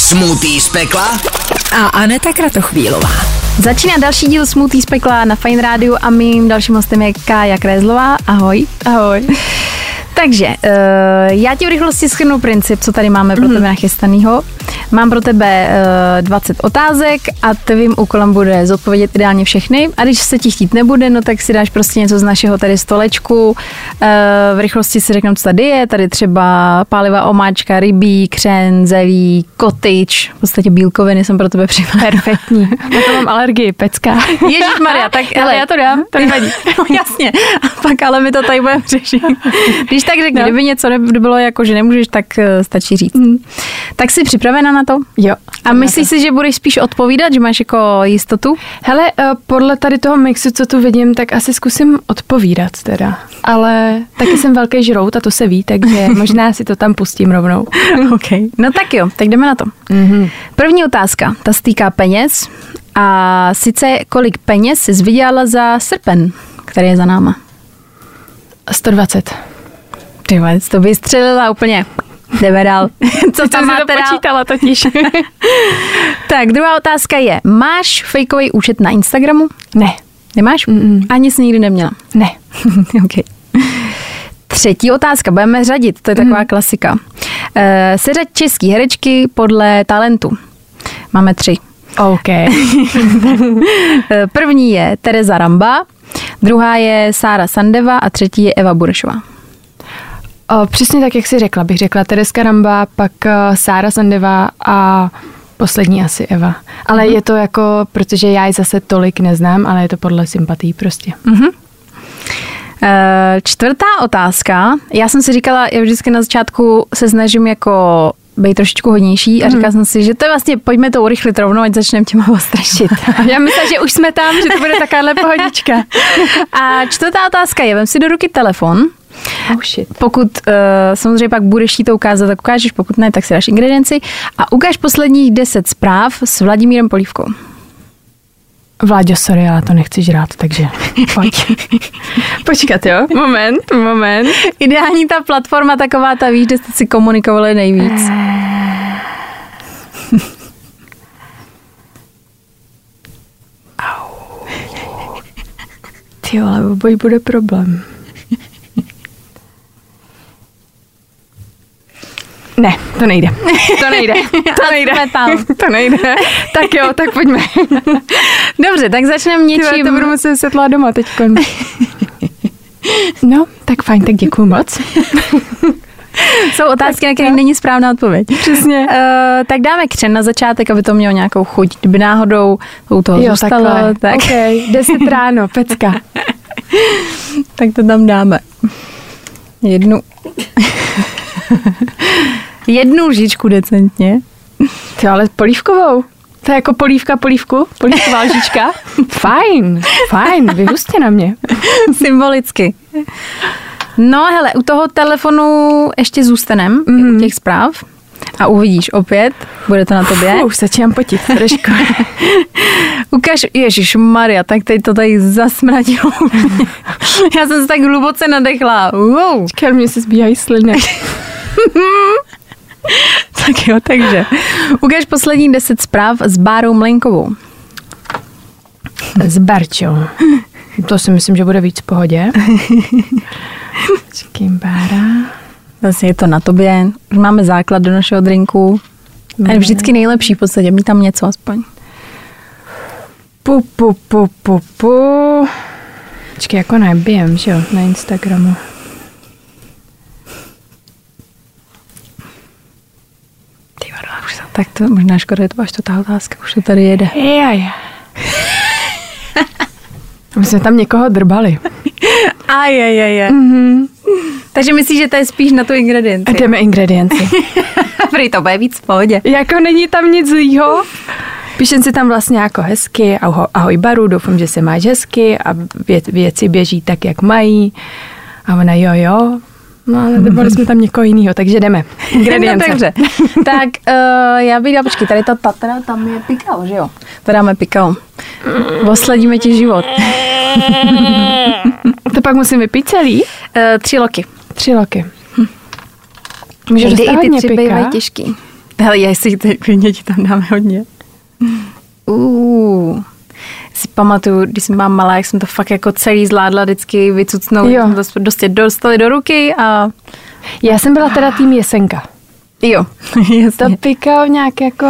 Smoothie z pekla a Aneta Kratochvílová. Začíná další díl Smoothie z pekla na Fajn rádiu a mým dalším hostem je Kája Krézlová. Ahoj. Ahoj. Takže, já ti v rychlosti shrnu princip, co tady máme pro tebe nachystanýho. Mám pro tebe 20 otázek a tvým úkolem bude zodpovědět ideálně všechny. A když se ti chtít nebude, no tak si dáš prostě něco z našeho tady stolečku. V rychlosti si řeknu, co tady je. Tady třeba pálivá omáčka, rybí, křen, zelí, cottage. V podstatě bílkoviny jsem pro tebe připravila. Perfektní. Já to mám alergii, pecka. Ježišmarja, tak hele, já to dám, to nevadí. No, jasně, a pak ale my to tady budeme řešit. Když tak řekni, kdyby něco bylo jako, že nemůžeš, tak stačí říct. Tak jsi připravena na to? Jo. A myslíš si, že budeš spíš odpovídat, že máš jako jistotu? Hele, podle tady toho mixu, co tu vidím, tak asi zkusím odpovídat teda. Ale taky jsem velký žrout a to se ví, takže možná si to tam pustím rovnou. Okay. No tak jo, tak jdeme na to. První otázka, ta se týká peněz. A sice kolik peněz jsi vydělala za srpen, který je za náma? 120. Ty to vystřelila úplně. Jdeme dál. Co tam máte dál? Počítala totiž. Tak, druhá otázka je, máš fejkový účet na Instagramu? Ne. Nemáš? Ani jsi nikdy neměla? Ne. Okay. Třetí otázka, budeme řadit, to je taková klasika. Seřaď český herečky podle talentu. Máme 3. OK. První je Tereza Ramba, druhá je Sára Sandeva a třetí je Eva Burešová. Přesně tak, jak jsi řekla. Bych řekla Tereska Ramba, pak Sára Sandeva a poslední asi Eva. Ale je to jako, protože já ji zase tolik neznám, ale je to podle sympatií prostě. Čtvrtá otázka. Já jsem si říkala, já vždycky na začátku se snažím jako být trošičku hodnější a říkala jsem si, že to je vlastně, pojďme to urychlit rovnou, ať začneme těma ostrašit. Já myslím, že už jsme tam, že to bude takováhle pohodička. A čtvrtá otázka je, vem si do ruky telefon. Oh shit. Pokud samozřejmě pak budeš jí to ukázat, tak ukážeš, pokud ne, tak si dáš ingredienci a ukáž posledních 10 zpráv s Vladimírem Polívkou. Vláďo, sorry, já to nechci žrát, takže pojď. Počkat, jo? Moment. Ideální ta platforma taková, ta víš, kde jste si komunikovali nejvíc. Ty ale obojí bude problém. Ne, to nejde. To nejde. Tak jo, tak pojďme. Dobře, tak začneme něčím. To budu muset setlát doma teďko. No, tak fajn, tak děkuju moc. Jsou otázky, na které není správná odpověď. Přesně. Tak dáme křen na začátek, aby to mělo nějakou chuť. Kdyby náhodou u toho zůstalo. Tak. OK, 10 ráno, pecka. Tak to tam dáme. Jednu lžičku decentně. Ty ale polívkovou. To je jako polívku? Polívková lžička? Fajn, vyhustě na mě. Symbolicky. No hele, u toho telefonu ještě zůstanem, u těch zpráv. A uvidíš opět, bude to na tobě. Už začínám potit trošku. Ukaž, ježišmarja, tak teď to tady zasmradilo. Já jsem se tak hluboce nadechla. Wow. Čekaj, mě se zbíhají sliny. Tak jo, takže ukaž poslední 10 zpráv s Bárou Mlejnkovou. S Barčou. To si myslím, že bude víc v pohodě. Čekým Bára. Vlastně je to na tobě. Už máme základ do našeho drinku. A je vždycky nejlepší v podstatě, mít tam něco aspoň. Počkej, jako nebijem, že jo, na Instagramu. Tak to možná škoda, je to až to ta otázka, už to tady jede. Jaj. My jsme tam někoho drbali. Ajajajaj. Takže myslíš, že to je spíš na tu ingredienci? Jdeme ingredienci. Prý to bude víc v pohodě. Jako není tam nic zlýho. Píšem si tam vlastně jako hezky, ahoj Baru, doufám, že se máš hezky a věci běží tak, jak mají. A ona jo. No ale drbali jsme tam někoho jinýho, takže jdeme. Ingredience. No, dobře. Tak já bych dala, počkej, tady ta Tatra, tam je pikal, že jo? To dáme pikal. Osladíme ti život. To pak musím vypít celý? 3 loky. 3 loky. Můžu Někdy dostat i ty hodně 3 pika? bývají těžký. Hele, jestli klidně ti tam dáme hodně. Si pamatuju, když jsem byla malá, jak jsem to fakt jako celý zvládla vždycky vycucnout, jsme to prostě dostali do ruky a... Já jsem byla teda tým Jesenka. Jo, jasně. To pikao nějak jako...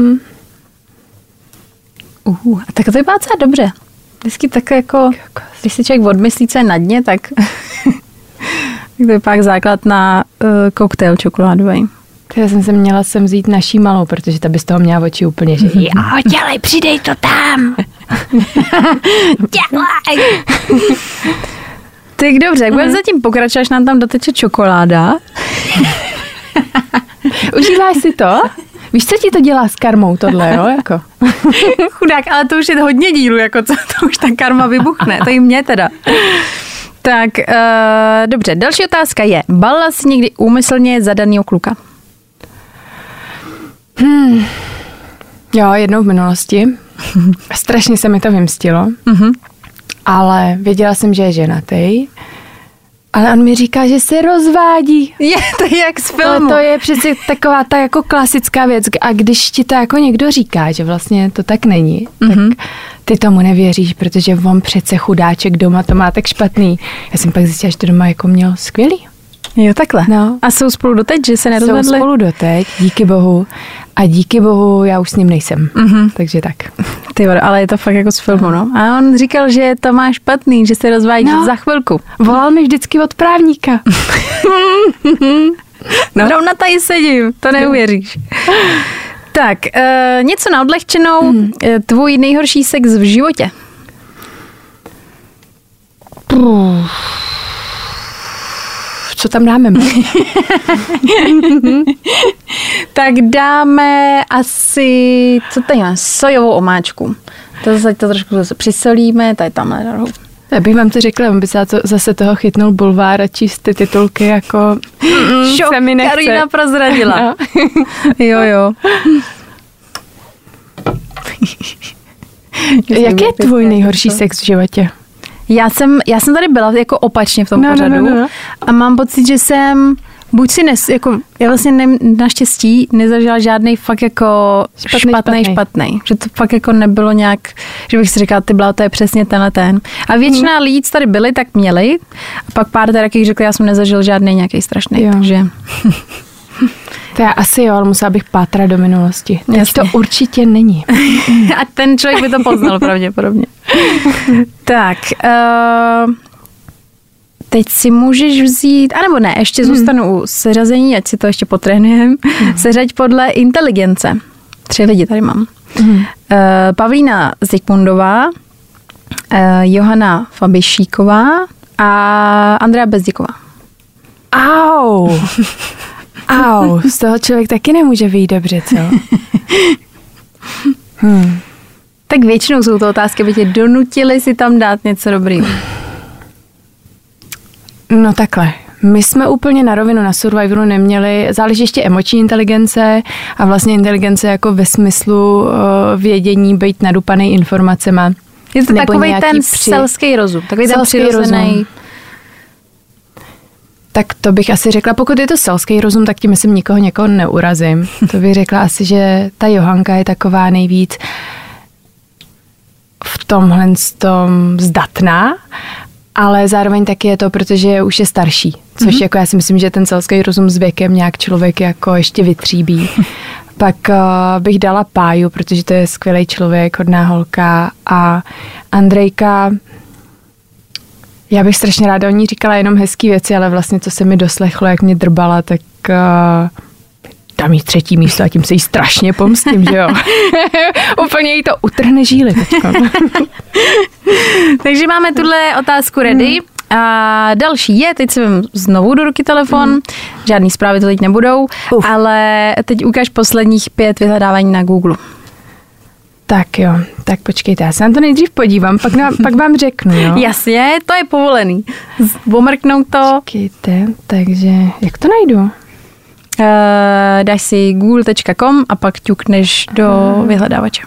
A tak to vypadá docela dobře. Vždycky tak jako, když si člověk odmyslí, co je na dně, tak to je pak základ na koktejl čokoládový. Já jsem se měla sem vzít naší malou, protože ta by z toho měla oči úplně, že jo, dělej, přidej to tam. Dělej. Tak dobře, jak budeme zatím pokračovat, až nám tam doteče čokoláda. Užíváš si to? Víš, co ti to dělá s karmou tohle, jo? Jako. Chudák, ale to už je hodně dílu, jako co to už ta karma vybuchne, to i mě teda. Tak, dobře, další otázka je, balila jsi někdy úmyslně zadanýho kluka? Jo, jednou v minulosti. Strašně se mi to vymstilo, ale věděla jsem, že je ženatý. Ale on mi říká, že se rozvádí. Je to jak z filmu. To je přeci taková ta jako klasická věc. A když ti to jako někdo říká, že vlastně to tak není, tak ty tomu nevěříš, protože on přece chudáček doma to má tak špatný. Já jsem pak zjistila, že to doma jako měl skvělý. Jo, takhle. No. A jsou spolu doteď, že se nerozvedli? Jsou spolu doteď, díky bohu. A díky bohu já už s ním nejsem. Takže tak. Ty vado, ale je to fakt jako z filmu, no. A on říkal, že to má špatný, že se rozvádí za chvilku. Volal mi vždycky od právníka. Zrovna tady sedím, to neuvěříš. Tak, něco na odlehčenou. Tvůj nejhorší sex v životě? Co tam dáme? Tak dáme asi, co tady máme, sojovou omáčku. To trošku přisolíme, tady tamhle nahoru. Já bych vám to řekla, on by se zase toho chytnul bulvár a číst ty titulky jako šok, se mi nechce. Karolína prozradila. No. Jo. Jak je tvůj nejhorší sex v životě? Já jsem tady byla jako opačně v tom pořadu a mám pocit, že jsem buď si já vlastně naštěstí nezažila žádnej fakt jako špatný. Že to fakt jako nebylo nějak, že bych si říkala, ty byla, to je přesně ten. A většina lidí, co tady byli, tak měli. A pak pár taky řekli, já jsem nezažil žádný nějaký strašný. Takže... To já asi jo, ale musela bych pátrat do minulosti. Teď to určitě není. A ten člověk by to poznal pravděpodobně. Tak, teď si můžeš vzít, anebo ne, ještě zůstanu u seřazení, ať si to ještě potrénujeme. Seřaď podle inteligence. 3 lidi tady mám. Pavlína Zikmundová, Johana Fabišíková a Andrea Bezděková. Au, z toho člověk taky nemůže vyjít dobře, co? Tak většinou jsou to otázky, aby tě donutili si tam dát něco dobrýho. No takhle. My jsme úplně na rovinu na Survivoru neměli, záleží ještě emoční inteligence a vlastně inteligence jako ve smyslu vědění, být nadupaný informacema. Je to takový ten selský rozum, takový ten přirozený. Tak to bych asi řekla, pokud je to selský rozum, tak tím myslím někoho neurazím. To bych řekla asi, že ta Johanka je taková nejvíc v tomhle tom zdatná, ale zároveň taky je to, protože už je starší, což jako já si myslím, že ten selský rozum s věkem nějak člověk jako ještě vytříbí. Pak bych dala Páju, protože to je skvělý člověk, hodná holka a Andrejka. Já bych strašně ráda o ní říkala jenom hezký věci, ale vlastně co se mi doslechlo, jak mě drbala, tak dám jí 3. místo a tím se jí strašně pomstím, že jo. Úplně jí to utrhne žíly teďko. Takže máme tuhle otázku ready. A další je, teď si vem znovu do ruky telefon, žádný zprávy to teď nebudou, ale teď ukáž posledních 5 vyhledávání na Google. Tak jo, tak počkejte, já se na to nejdřív podívám, pak vám řeknu, jo. Jasně, to je povolený. Omrknout to. Počkejte, takže jak to najdu? Dáš si google.com a pak ťukneš do vyhledávače.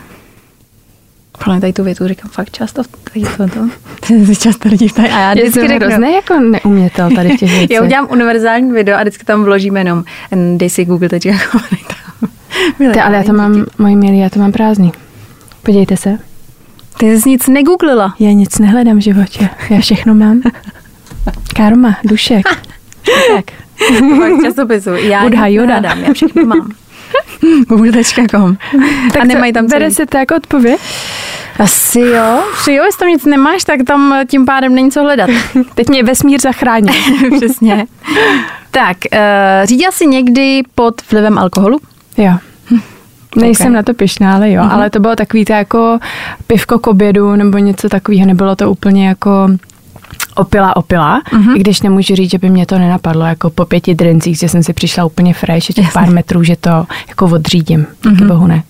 Tady tu větu říkám fakt často. Často lidi ptají. A já vždycky řeknu. Hrozný jako neumětel tady těch věcí. Já udělám univerzální video a vždycky tam vložíme jenom dej si google.com. Ale já to mám, moji milí, já to mám prázdný. Podívejte se. Ty jsi nic negooglila. Já nic nehledám v životě. Já všechno mám. Karma, dušek. Tak. Časopisu. Já Budha, nic Yoda. nehledám, já všechno mám. Google.com. Tak a nemají tam bere se to jako odpověď? Asi jo. Jestli tam nic nemáš, tak tam tím pádem není co hledat. Teď mě vesmír zachránil. Přesně. Tak, řídila jsi někdy pod vlivem alkoholu? Jo. Nejsem na to pyšná, ale jo. Ale to bylo takový to jako pivko k obědu nebo něco takového. Nebylo to úplně jako opila. I když nemůžu říct, že by mě to nenapadlo. Jako po 5 drincích, že jsem si přišla úplně fresh, těch pár metrů, že to jako odřídím. Díky bohu ne.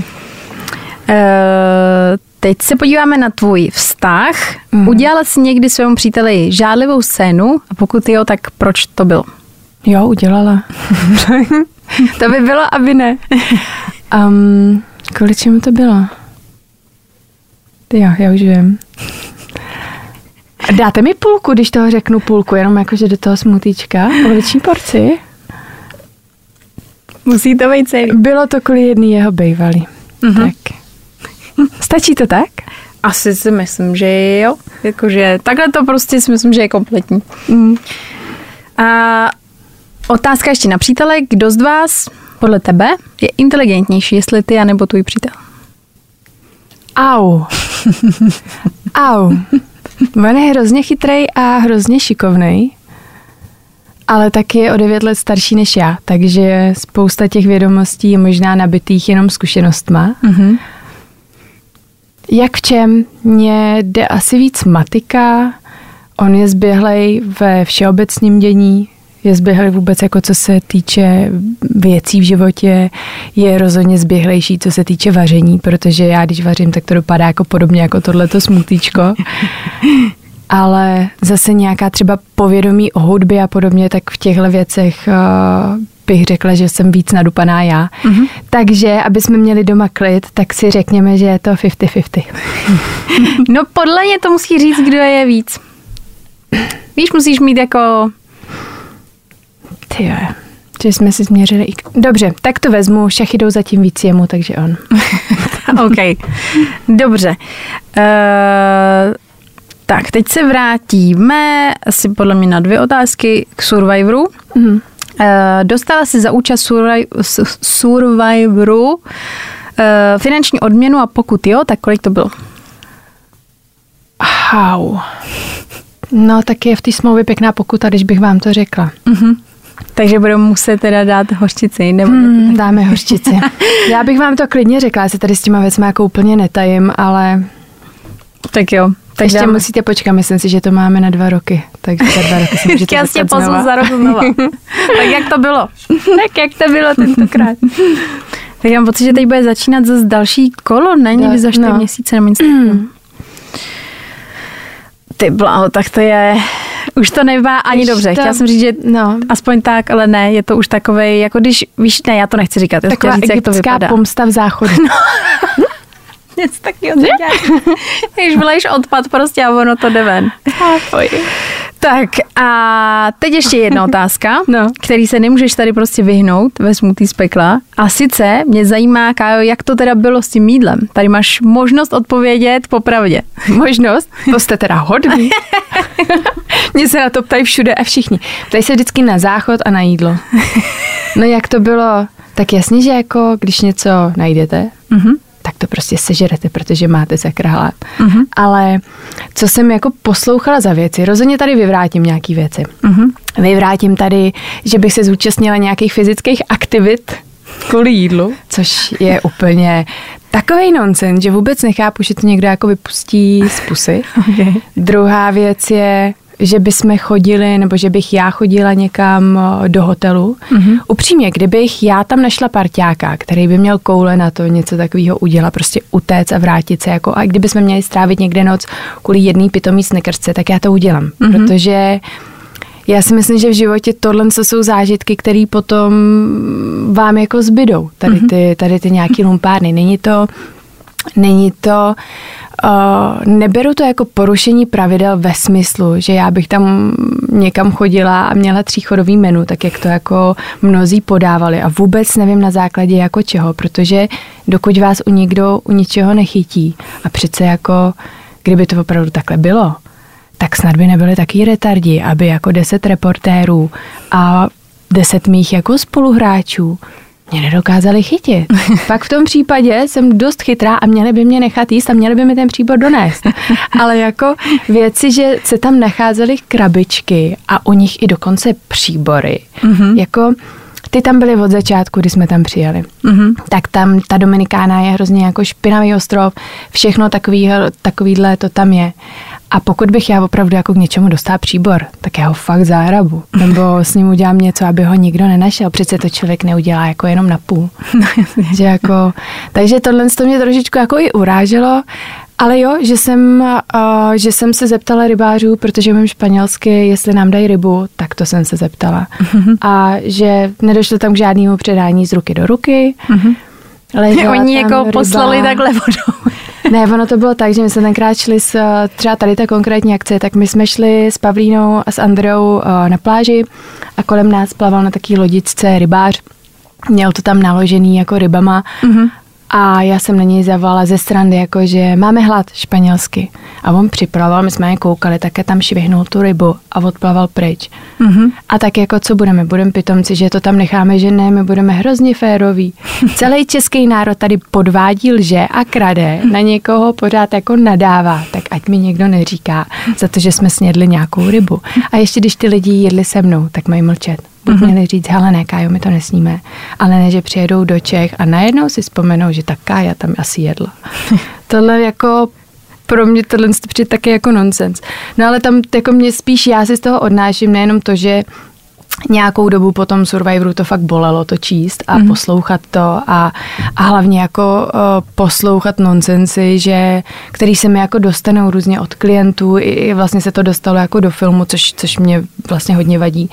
Teď se podíváme na tvůj vztah. Udělala jsi někdy svému příteli žádlivou scénu? A pokud jo, tak proč to bylo? Jo, udělala. To by bylo, aby ne. Kvůli čemu to bylo? Jo, já už vím. Dáte mi půlku, když toho řeknu půlku, jenom jakože do toho smutíčka, poloviční porci? Musí to být celý. Bylo to kvůli jedný jeho bejvalý. Tak. Stačí to tak? Asi si myslím, že jo. Jakože takhle to prostě si myslím, že je kompletní. A otázka ještě na přítele. Kdo z vás, podle tebe, je inteligentnější, jestli ty, anebo tvůj přítel? Au. On je hrozně chytrej a hrozně šikovnej, ale taky je o 9 let starší než já, takže spousta těch vědomostí je možná nabitých jenom zkušenostma. Jak v čem? Mně jde asi víc matika, on je zběhlej ve všeobecním dění, je zběhlej vůbec jako co se týče věcí v životě, je rozhodně zběhlejší, co se týče vaření, protože já když vařím, tak to dopadá jako podobně jako tohleto smutíčko. Ale zase nějaká třeba povědomí o hudbě a podobně, tak v těchto věcech bych řekla, že jsem víc nadupaná já. Takže, aby jsme měli doma klid, tak si řekněme, že je to 50-50. No podle mě to musí říct, kdo je víc. Víš, musíš mít jako... Tyjo, že jsme si změřili. Dobře, tak to vezmu, šachy jdou zatím víc jemu, takže on. OK, dobře. Tak, teď se vrátíme asi podle mě na 2 otázky k Survivoru. Dostala jsi za účast Survivoru finanční odměnu a pokud jo, tak kolik to bylo? No, tak je v té smlouvě pěkná pokuta, když bych vám to řekla. Takže budeme muset teda dát hořčici. Nebo dáme hořčici. Já bych vám to klidně řekla, já se tady s těma věcmi jako úplně netajím, ale... Tak jo. Tak ještě musíte počkat, myslím si, že to máme na 2 roky. Takže za 2 roky se můžete dostat znova. Za rok znova. Tak jak to bylo? Tak jak to bylo tentokrát? Tak mám pocit, že teď bude začínat zase další kolo, ne? Někdy za 4 měsíce nebo něco. Ty bláho, tak to je... Už to nevypadá ani dobře. Chtěla jsem říct, že aspoň tak, ale ne, je to už takovej, jako když, víš, ne, já to nechci říkat. Taková říct, jak to vypadá. Pomsta v záchodu. Něco takového děláš. Když vylejš odpad prostě a ono to jde ven. Tak a teď ještě jedna otázka, který se nemůžeš tady prostě vyhnout ve smutí z pekla. A sice mě zajímá, Kájo, jak to teda bylo s tím jídlem. Tady máš možnost odpovědět popravdě. Možnost? To jste teda hodný. Mě se na to ptají všude a všichni. Ptají se vždycky na záchod a na jídlo. No jak to bylo? Tak jasně, že jako když něco najdete, tak to prostě sežerete, protože máte sakra hlad. Ale co jsem jako poslouchala za věci, rozhodně tady vyvrátím nějaký věci. Vyvrátím tady, že bych se zúčastnila nějakých fyzických aktivit kvůli jídlu, což je úplně takovej nonsens, že vůbec nechápu, že to někdo jako vypustí z pusy. Druhá věc je, že bychom chodili, nebo že bych já chodila někam do hotelu. Upřímně, kdybych já tam našla parťáka, který by měl koule na to něco takového udělat, prostě utéct a vrátit se, jako, a kdybychom měli strávit někde noc kvůli jedný pitomý snickersce, tak já to udělám, protože já si myslím, že v životě tohle jsou zážitky, které potom vám jako zbydou. Tady ty nějaký lumpárny. Není to není to, neberu to jako porušení pravidel ve smyslu, že já bych tam někam chodila a měla 3chodový menu, tak jak to jako mnozí podávali a vůbec nevím na základě jako čeho, protože dokud vás někdo u ničeho nechytí a přece jako, kdyby to opravdu takhle bylo, tak snad by nebyly taky retardi, aby jako 10 reportérů a 10 mých jako spoluhráčů mě nedokázali chytit. Pak v tom případě jsem dost chytrá a měli by mě nechat jíst a měli by mi ten příbor donést. Ale jako věci, že se tam nacházely krabičky a u nich i dokonce příbory. Jako ty tam byly od začátku, kdy jsme tam přijeli. Tak tam ta Dominikána je hrozně jako špinavý ostrov, všechno takovýhle to tam je. A pokud bych já opravdu jako k něčemu dostala příbor, tak já ho fakt zahrabu. Nebo s ním udělám něco, aby ho nikdo nenašel. Přece to člověk neudělá jako jenom na půl. že jako, takže tohle to mě trošičku jako i uráželo. Ale jo, že jsem se zeptala rybářů, protože umím španělsky, jestli nám dají rybu, tak to jsem se zeptala. A že nedošlo tam k žádnému předání z ruky do ruky. Oni jako ryba. Poslali takhle vodou. Ne, ono to bylo tak, že my jsme tenkrát šli třeba tady ta konkrétní akce, tak my jsme šli s Pavlínou a s Andreou na pláži a kolem nás plaval na taký lodičce rybář. Měl to tam naložený jako rybama. A já jsem na něj zavolala ze srandy, jako že máme hlad španělsky. A on připravoval, my jsme je koukali, také tam švihnul tu rybu a odplaval pryč. A tak jako co budeme? Budeme pitomci, že to tam necháme, že ne, my budeme hrozně féroví. Celý český národ tady podvádí, lže a krade, na někoho pořád jako nadává, tak ať mi někdo neříká za to, že jsme snědli nějakou rybu. A ještě když ty lidi jedli se mnou, tak mají mlčet. Buď měli říct, hele ne, Kájo, my to nesníme, ale ne, že přijedou do Čech a najednou si vzpomenou, že ta Kája tam asi jedla. Tohle jako, pro mě tohle přijde taky jako nonsens. No ale tam jako mě spíš já si z toho odnáším nejenom to, že nějakou dobu po tom Survivoru to fakt bolelo to číst a poslouchat to a hlavně jako poslouchat nonsensy, který se mi jako dostanou různě od klientů i vlastně se to dostalo jako do filmu, což mě vlastně hodně vadí,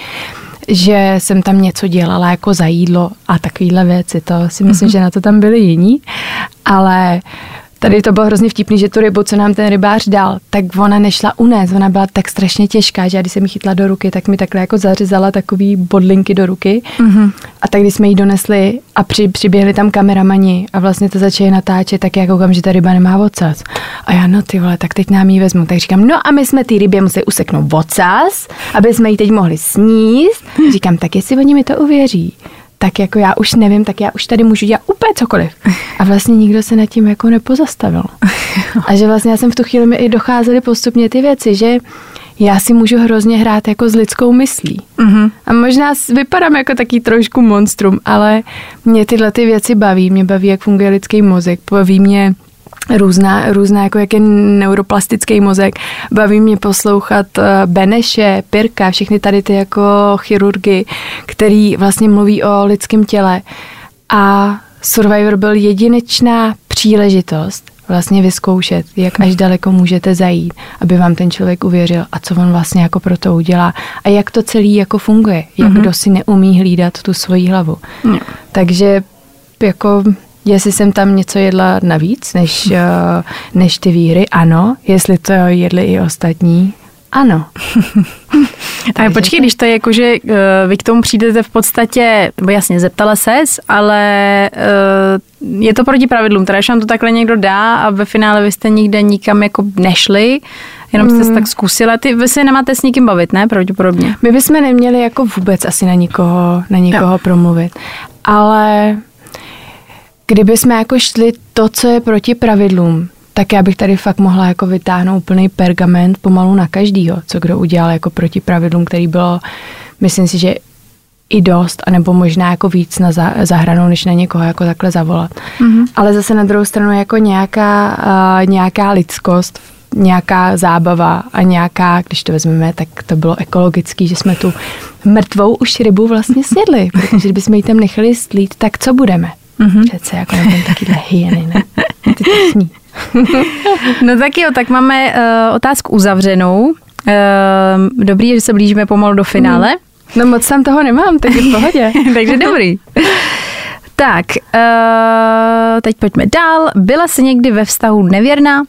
že jsem tam něco dělala jako za jídlo a takovýhle věci, to si myslím, že na to tam byli jiní, ale tady to bylo hrozně vtipný, že tu rybu, co nám ten rybář dal, tak ona nešla unést, ona byla tak strašně těžká, že když jsem ji chytla do ruky, tak mi takhle jako zařezala takový bodlinky do ruky. A tak když jsme ji donesli a přiběhli tam kameramani a vlastně to začali natáčet, tak já koukám, že ta ryba nemá ocas. A já, no ty vole, tak teď nám ji vezmu. Tak říkám, no a my jsme té rybě museli useknout ocas, aby jsme ji teď mohli sníst. Říkám, tak jestli oni mi to uvěří, tak jako já už nevím, tak já už tady můžu dělat úplně cokoliv. A vlastně nikdo se nad tím jako nepozastavil. A že vlastně já jsem v tu chvíli mi i docházely postupně ty věci, že já si můžu hrozně hrát jako s lidskou myslí. A možná vypadám jako taký trošku monstrum, ale mě tyhle ty věci baví. Mě baví, jak funguje lidský mozek. Baví mě různá jako jak je neuroplastický mozek. Baví mě poslouchat Beneše, Pirka, všechny tady ty jako chirurgy, který vlastně mluví o lidském těle. A Survivor byl jedinečná příležitost vlastně vyzkoušet, jak až daleko můžete zajít, aby vám ten člověk uvěřil a co on vlastně jako pro to udělá a jak to celý jako funguje, jak kdo si neumí hlídat tu svoji hlavu. Takže jako jestli jsem tam něco jedla navíc než ty výhry, ano. Jestli to jedli i ostatní, ano. Ale počkej, když to je jako, že vy k tomu přijdete v podstatě, nebo jasně, zeptala ses, ale je to proti pravidlům, teda když vám to takhle někdo dá a ve finále vy jste nikde nikam jako nešli, jenom jste se tak zkusila. Vy se nemáte s nikým bavit, ne? Pravděpodobně. My bychom neměli jako vůbec asi na nikoho promluvit, ale kdyby jsme jako šli to, co je proti pravidlům, tak já bych tady fakt mohla jako vytáhnout úplný pergament pomalu na každýho, co kdo udělal jako proti pravidlům, který bylo, myslím si, že i dost, anebo možná jako víc za hranou, než na někoho jako takhle zavolat. Ale zase na druhou stranu jako nějaká lidskost, nějaká zábava a nějaká, když to vezmeme, tak to bylo ekologický, že jsme tu mrtvou už rybu vlastně snědli, protože kdybychom ji tam nechali stlít, tak co budeme? Přece jako na tom takyhle hyeny, ne? Ty to sní. No tak jo, tak máme otázku uzavřenou. Dobrý, že se blížíme pomalu do finále. No moc tam toho nemám, tak je v pohodě. Takže dobrý. Tak, teď pojďme dál. Byla jsi někdy ve vztahu nevěrná?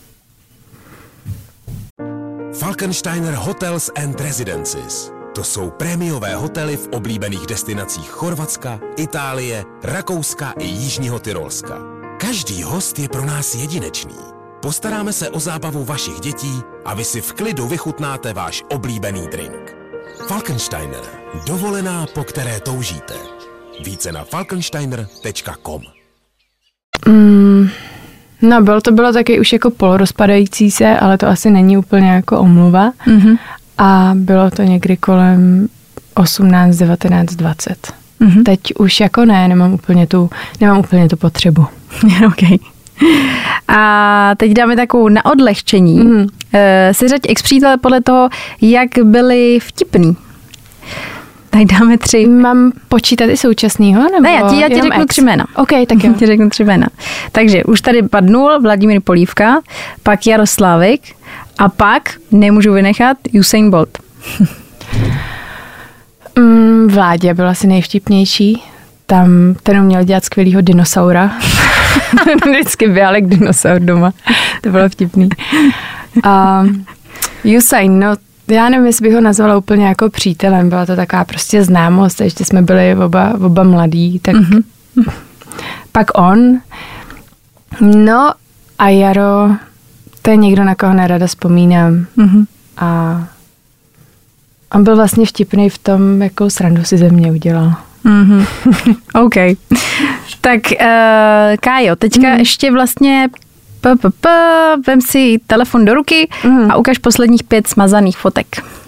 Falkensteiner Hotels and Residences. To jsou prémiové hotely v oblíbených destinacích Chorvatska, Itálie, Rakouska i Jižního Tyrolska. Každý host je pro nás jedinečný. Postaráme se o zábavu vašich dětí a vy si v klidu vychutnáte váš oblíbený drink. Falkensteiner. Dovolená, po které toužíte. Více na falkensteiner.com. No, bylo taky už jako polorozpadající se, ale to asi není úplně jako omluva. Mm-hmm. A bylo to někdy kolem 18, 19, 20. Mm-hmm. Teď už jako nemám úplně tu potřebu. Okay. A teď dáme takovou na odlehčení. Mm-hmm. Seřaď ex-přítele podle toho, jak byli vtipný. Tak dáme 3. Mám počítat i současnýho? Nebo ne, já ti řeknu 3 jména. OK, tak jo. Ti řeknu 3 jména. Takže už tady padnul Vladimír Polívka, pak Jaroslávek a pak, nemůžu vynechat, Usain Bolt. Vládě byl asi nejvtipnější. Ten měl dělat skvělýho dinosaura. Vždycky běhal jak dinosaur doma. To bylo vtipný. Usain, no já nevím, jestli bych ho nazvala úplně jako přítelem. Byla to taková prostě známost. Ještě jsme byli oba mladí, tak pak on. No a Jaro, to je někdo, na koho nerada vzpomínám. A on byl vlastně vtipný v tom, jakou srandu si ze mě udělal. OK. Tak Kájo, teďka ještě vlastně vem si telefon do ruky a ukaž posledních 5 smazaných fotek.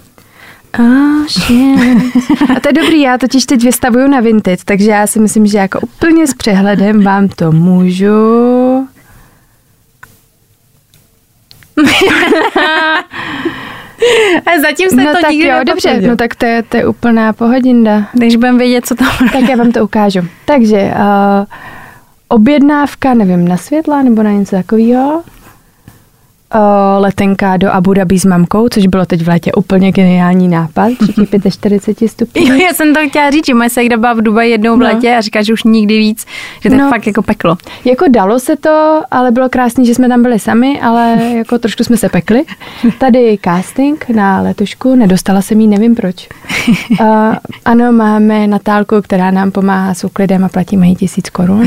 A to je dobrý, já totiž teď vystavuju na Vinted, takže já si myslím, že jako úplně s přehledem vám to můžu. Zatím se to nikdy jo, dobře, no tak to je úplná pohodinda. Když budeme vědět, co tam... Tak já vám to ukážu. Takže objednávka, nevím, na světla nebo na něco takového. Letenka do Abu Dhabi s mamkou, což bylo teď v létě úplně geniální nápad, při 45 stupňů. Jo, já jsem to chtěla říct, že moje ségra byla v Dubaji jednou v létě a říká, že už nikdy víc, že to je fakt jako peklo. Jako dalo se to, ale bylo krásný, že jsme tam byli sami, ale jako trošku jsme se pekli. Tady casting na letušku, nedostala jsem jí, nevím proč. Ano, máme Natálku, která nám pomáhá s úklidem a platíme jí 1000 korun.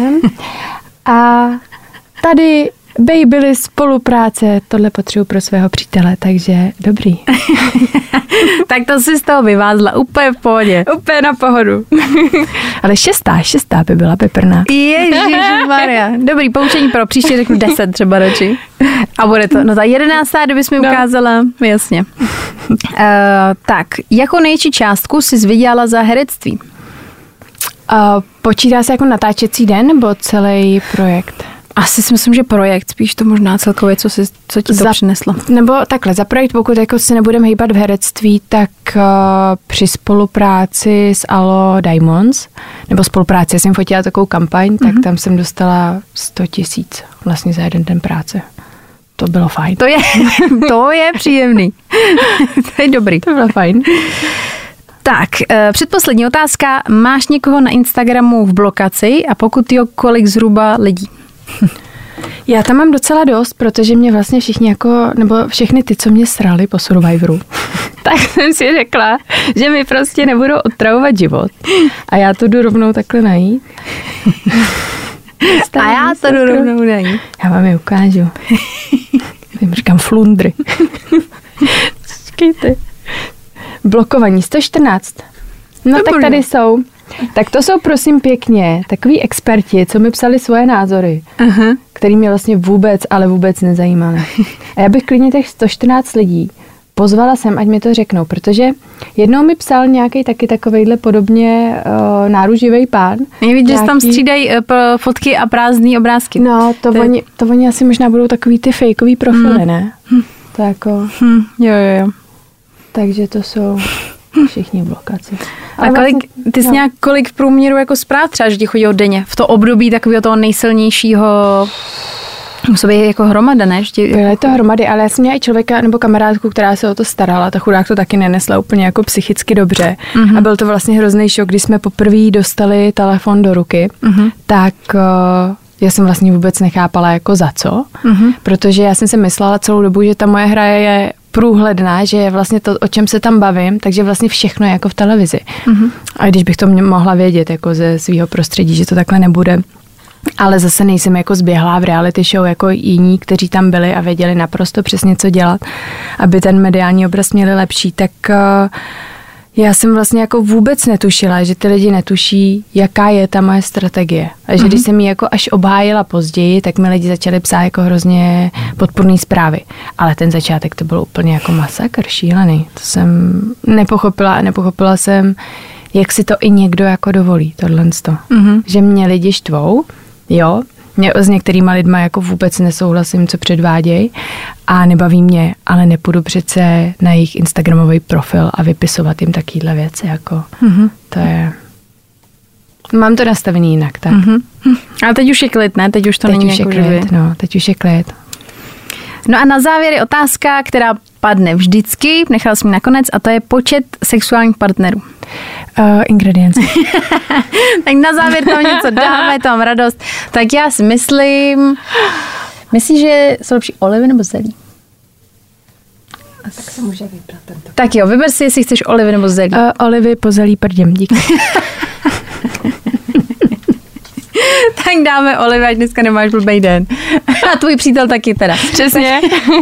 A tady Babyly spolupráce, tohle potřebuji pro svého přítele, takže dobrý. Tak to si z toho vyvázla úplně v pohodě. Úplně na pohodu. Ale šestá by byla peprná. Ježišmarja. Dobrý, poučení pro příště řeknu 10 třeba radši. A bude to, no ta 11. kdybys mi ukázala, jasně. Tak, jakou největší částku jsi vydělala za herectví? Počítá se jako natáčecí den nebo celý projekt? Asi si myslím, že projekt, spíš to možná celkově, co ti to přineslo. Nebo takhle, za projekt, pokud jako se nebudeme hýbat v herectví, tak při spolupráci s Alo Diamonds, nebo spolupráci, jsem fotila takovou kampaň, tak tam jsem dostala 100 000 vlastně za jeden den práce. To bylo fajn. To je příjemný. To je dobrý. To bylo fajn. Tak, předposlední otázka. Máš někoho na Instagramu v blokaci a pokud jo, kolik zhruba lidí? Já tam mám docela dost, protože mě vlastně všichni jako, nebo všechny ty, co mě srali po Survivoru, tak jsem si řekla, že mi prostě nebudou otravovat život. A já to jdu rovnou takhle najít. A já to jdu rovnou najít. Já vám je ukážu. Jim říkám flundry. Počkejte. Blokovaní 114. No tak tady jsou. Tak to jsou prosím pěkně takový experti, co mi psali svoje názory, který mě vlastně vůbec nezajímaly. A já bych klidně těch 114 lidí pozvala sem, ať mi to řeknou, protože jednou mi psal nějaký taky takovejhle podobně náruživý pán. Je vidět, že tam střídají fotky a prázdný obrázky. No, to oni asi možná budou takový ty fejkový profily, ne? To jako... Jo. Takže to jsou všichni v blokaci. A ty jsi nějak kolik v průměru jako zpráv třeba, že ti chodí denně v to období takového toho nejsilnějšího Musí být jako hromada, ne? Byly to hromady, ale já jsem měla i člověka nebo kamarádku, která se o to starala. Ta chudák to taky nenesla úplně jako psychicky dobře. A byl to vlastně hrozný šok, když jsme poprvé dostali telefon do ruky, tak já jsem vlastně vůbec nechápala jako za co, protože já jsem si myslela celou dobu, že ta moje hra je průhledná, že je vlastně to, o čem se tam bavím, takže vlastně všechno je jako v televizi. A když bych to mohla vědět jako ze svého prostředí, že to takhle nebude, ale zase nejsem jako zběhlá v reality show jako jiní, kteří tam byli a věděli naprosto přesně, co dělat, aby ten mediální obraz měli lepší, tak já jsem vlastně jako vůbec netušila, že ty lidi netuší, jaká je ta moje strategie. A že když jsem ji jako až obhájila později, tak mi lidi začali psát jako hrozně podpůrný zprávy. Ale ten začátek to byl úplně jako masakr, šílený. To jsem nepochopila a nepochopila jsem, jak si to i někdo jako dovolí, tohleto. Že mě lidi štvou, jo, s některýma lidma jako vůbec nesouhlasím, co předvádějí a nebaví mě, ale nepůjdu přece na jejich instagramový profil a vypisovat jim takovýhle věci, jako to je... Mám to nastavený jinak, tak. Ale teď už je klid, ne? Teď už to není jako živě. No, teď už je klid. No a na závěr je otázka, která padne vždycky, nechala jsem ji nakonec, a to je počet sexuálních partnerů. Ingredience. Tak na závěr tam něco dáme, to mám radost. Tak já si myslíš, že jsou lepší olivy nebo zelí? A tak se může vybrat tento. Tak jo, vyber si, jestli chceš olivy nebo zelí. Olivy po zelí prděm, díky. Tak dáme olivy, ať dneska nemáš blbej den. A tvůj přítel taky teda. Přesně.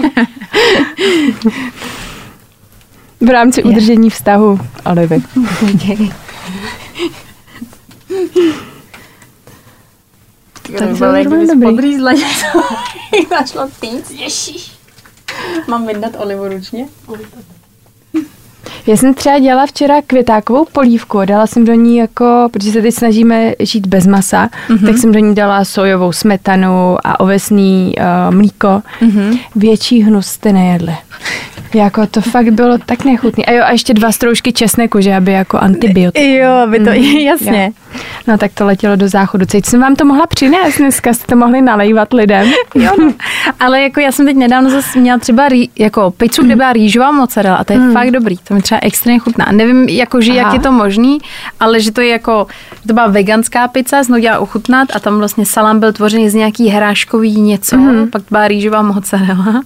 V rámci udržení vztahu olivy. Tak to bylo podřízla něco. Našlo týc, ježiš. Mám vydat olivu ručně? Já jsem třeba dělala včera květákovou polívku, dala jsem do ní jako, protože se teď snažíme žít bez masa, tak jsem do ní dala sojovou smetanu a ovesný mlíko. Větší hnus jste nejedli. Jako to fakt bylo tak nechutný. A jo, a ještě 2 stroužky česneku, že aby jako antibiotik. Jo, aby to, jasně. Jo. No tak to letělo do záchodu. Teď jsem vám to mohla přinést dneska, jste to mohli nalejvat lidem. Jo, no. Ale jako já jsem teď nedávno zase měla třeba jako pizzu, kde byla rýžová mozzarella a to je fakt dobrý. To mi třeba extrémně chutná. Nevím, jakože jak je to možný, ale že to je jako, to byla veganská pizza, jsem to udělala ochutnat a tam vlastně salám byl tvořený z nějaký hráškový něco, pak byla rýžová mozzarella.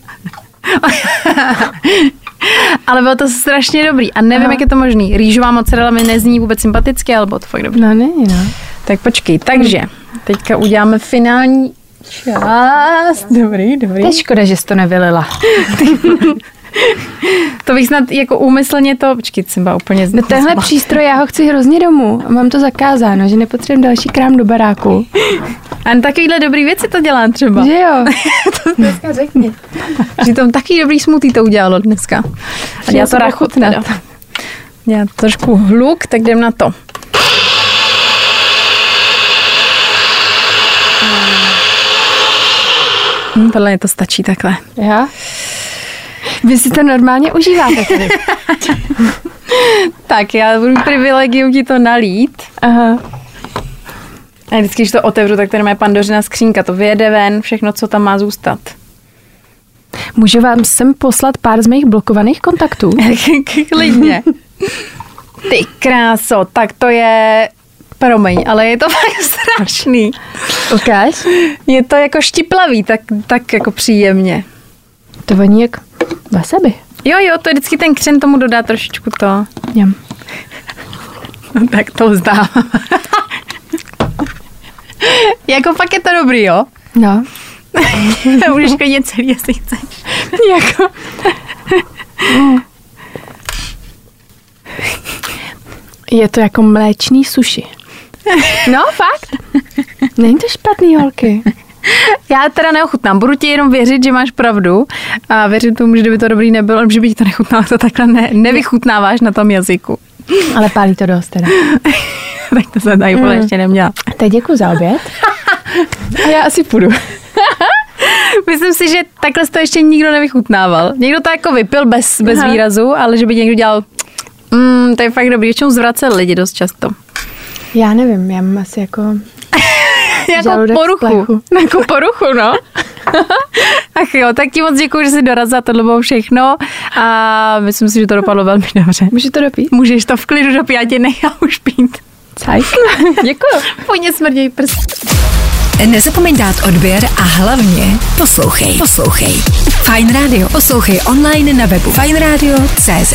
Ale bylo to strašně dobrý a nevím, jak je to možný. Rýžová mozzarella mi nezní vůbec sympaticky, ale bylo to fakt dobrý. No není, no. Tak počkej, takže teďka uděláme finální část. Dobrý. To je škoda, že jsi to nevylila. To bych snad jako úmyslně to... Počkej, jsem byla úplně... No tenhle přístroj, já ho chci hrozně domů. Mám to zakázáno, že nepotřebuji další krám do baráku. A takovýhle dobrý věci to dělám třeba. Že jo? To dneska řekni. Že tam takový dobrý smoothie to udělalo dneska. A já to rachutnat. Já trošku hluk, tak jdem na to. Podle mě to stačí takhle. Já? Vy si to normálně užíváte tady. Tak, já budu privilegium ti to nalít. Aha. A vždycky, když to otevřu, tak tady má Pandořina skřínka. To vyjede ven, všechno, co tam má zůstat. Můžu vám sem poslat pár z mých blokovaných kontaktů? Klidně. Ty kráso, tak to je... Promiň, ale je to fakt strašný. Ukáž? Je to jako štiplavý, tak jako příjemně. To voní jak wasabi. Jo, to je vždycky ten křen tomu dodá trošičku to. Jam. No tak to vzdám. Jako fakt je to dobrý, jo? No. Můžeš klidně celý, jestli chceš. Jako... Je to jako mléčný sushi. No, fakt. Není to špatný, holky. Já teda neochutnám. Budu ti jenom věřit, že máš pravdu a věřím tomu, že kdyby to dobrý nebylo, že by ti to nechutnalo, to takhle nevychutnáváš na tom jazyku. Ale pálí to dost teda. Tak to jsem tady úplně ještě neměla. Tak děkuji za oběd. A já asi půjdu. Myslím si, že takhle to ještě nikdo nevychutnával. Někdo to jako vypil bez výrazu, ale že by někdo dělal to je fakt dobrý. Většinou zvracel lidi dost často. Já nevím, já mám asi jako... jako poruchu. Jako poruchu, no. Ach jo, tak ti moc děkuji, že jsi dorazila, tohle bylo všechno a myslím si, že to dopadlo velmi dobře. Můžu to dopít? Můžeš to v klidu dopít, já tě nechám už pít. Cajk. Děkuji. Pojďně smrděj prst. Nezapomeň dát odběr a hlavně poslouchej. Fajn Radio. Poslouchej online na webu fajnradio.cz.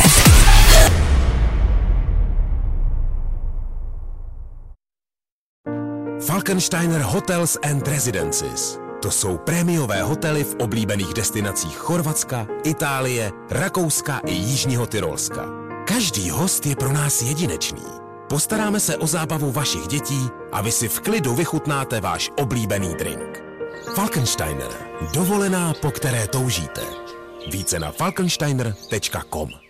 Falkensteiner Hotels and Residences. To jsou prémiové hotely v oblíbených destinacích Chorvatska, Itálie, Rakouska i Jižního Tyrolska. Každý host je pro nás jedinečný. Postaráme se o zábavu vašich dětí a vy si v klidu vychutnáte váš oblíbený drink. Falkensteiner. Dovolená, po které toužíte. Více na falkensteiner.com.